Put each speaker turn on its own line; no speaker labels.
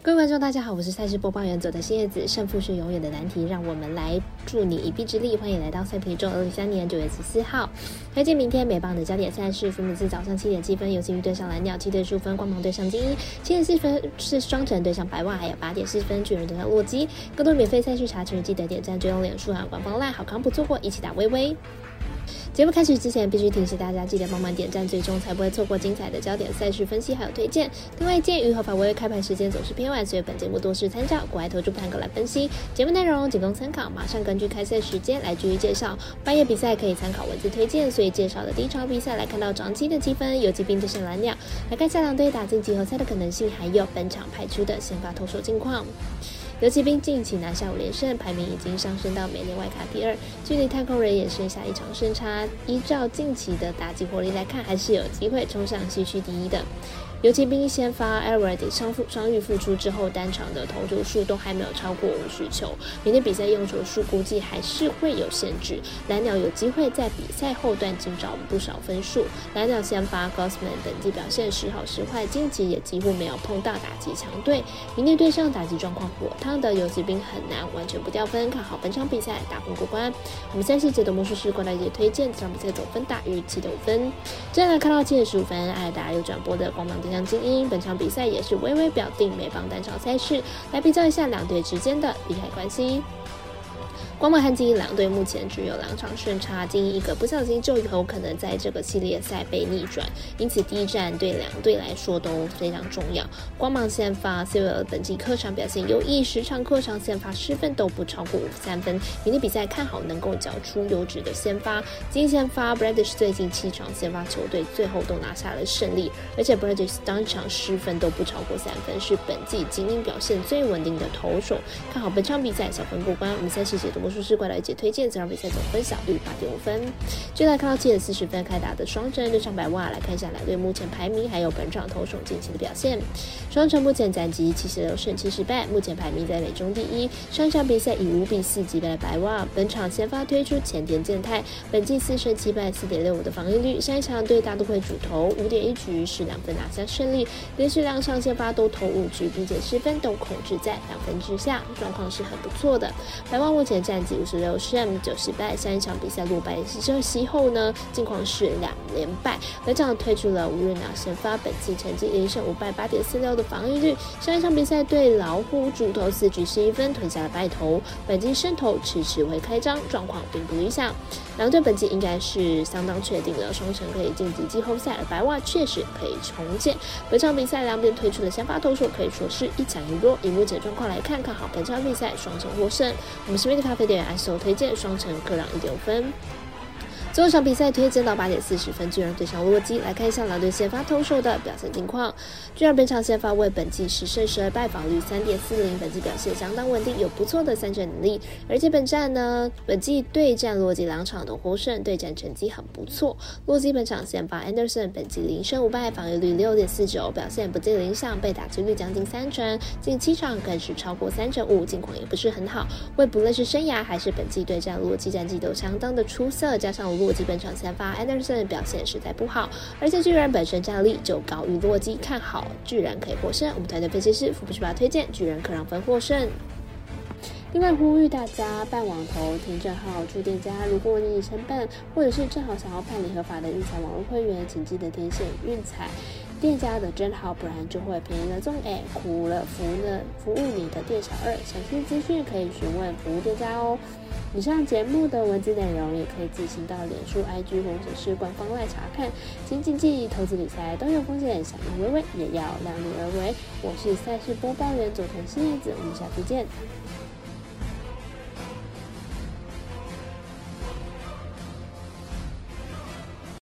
各位观众大家好，我是赛事播报员佐藤新叶子。胜负是永远的难题，让我们来助你一臂之力。欢迎来到赛评宇宙2023年9月14号推荐明天美棒的焦点赛事，分别是早上7点7分游击兵对上蓝鸟，7点15分光芒对上精英，7点4分是双城对上白袜，还有8点4分巨人对上洛基。更多免费赛事查询记得点赞追踪脸书和官方 LINE 好康不错过，一起打微微。节目开始之前必须提醒大家记得帮忙点赞追踪，才不会错过精彩的焦点赛事分析还有推荐。另外鉴于合法微微开盘时间总是偏晚，所以本节目多是参照国外投注盘口来分析，节目内容仅供参考，马上根据开赛时间来逐一介绍。半夜比赛可以参考文字推荐，所以介绍的第一场比赛来看到长期的积分，游击兵对上蓝鸟，来看下两队打进季后赛的可能性，还有本场派出的先发投手近况。游骑兵近期拿下5连胜，排名已经上升到美联外卡第2，距离太空人也剩下1场胜差。依照近期的打击火力来看，还是有机会冲上西区第1的。游骑兵先发 Edward 伤愈复出之后，单场的投球数都还没有超过50球，明天比赛用球数估计还是会有限制。蓝鸟有机会在比赛后段惊找不少分数。蓝鸟先发 Gausman 本季表现时好时坏，近期也几乎没有碰到打击强队。明天对上打击状况火烫的游骑兵很难完全不掉分，看好本场比赛大分过关。我们赛事解读魔术师观察节推荐这场比赛总分大于7.5分。接下来看到7点15分，爱达有转播的光芒对上精英，本场比赛也是微微表定美棒单场赛事，来比较一下两队之间的利害关系。光芒和精英两队目前只有2场胜差，精英一个不小心就有可能在这个系列赛被逆转，因此第一战对两队来说都非常重要。光芒先发 Silver 本季客场表现优异，10场客场先发失分都不超过53分，明天比赛看好能够缴出优质的先发。精英先发 Bradish 最近7场先发球队最后都拿下了胜利，而且 Bradish 当场失分都不超过3分，是本季精英表现最稳定的投手，看好本场比赛小分过关。我们赛事解读魔术师怪来解推荐这场比赛总分小于8.5分。接下来看到7点40分开打的双城对上白袜，来看一下两队目前排名还有本场投手近期的表现。双城目前战绩76胜7败，目前排名在美中第1。上一场比赛以5比4击败了白袜，本场先发推出前田健太，本季4胜7败4.65的防御率。上一场对大都会主投5.1局是2分拿下胜利，连续2场先发都投5局，并且失分都控制在2分之下，状况是很不错的。白袜目前战绩56胜9败，上一场比赛落败这席后呢，近况是2连败。本场推出了吴润鸟先发，本季成绩0胜5败8.46的防御率。上一场比赛对老虎主投4局11分吞下了败投，本季胜投迟迟未开张，状况并不理想。两队本季应该是相当确定了，双城可以晋级季后赛，而白袜确实可以重建。本场比赛两边推出的先发投手可以说是一强一弱，以目前状况来看，看好本场比赛双城获胜。我们身边的咖啡店按手推荐双城客让1.5分。最后场比赛推荐到8点40分，巨人对上洛基，来看一下两队先发投手的表现情况。巨人本场先发为本季10胜12败，防率3.40，本季表现相当稳定，有不错的三振能力。而且本季对战洛基2场的获胜，对战成绩很不错。洛基本场先发 Anderson 本季0胜5败，防御率6.49，表现不尽理想，被打击率将近30%，近7场更是超过3.5%，近况也不是很好。为不论是生涯还是本季对战洛基战绩都相当的出色，加上洛基本场先发 Anderson 表现实在不好，而且巨人本身战力就高于洛基，看好巨人可以获胜。我们团队分析师福布斯巴推荐巨人客让分获胜。另外呼吁大家办网投凭证号住店家，如果你已成本或者是正好想要办理合法的运彩网络会员，请记得填写运彩店家的真号，不然就会便宜了中苦了服务你的店小二。详细资讯可以询问服务店家哦。以上节目的文字内容也可以自行到脸书 IG 或者是官方来查看。请谨记投资理财都有风险，小心微微也要量力而为。我是赛事播报员佐藤新叶子，我们下次见。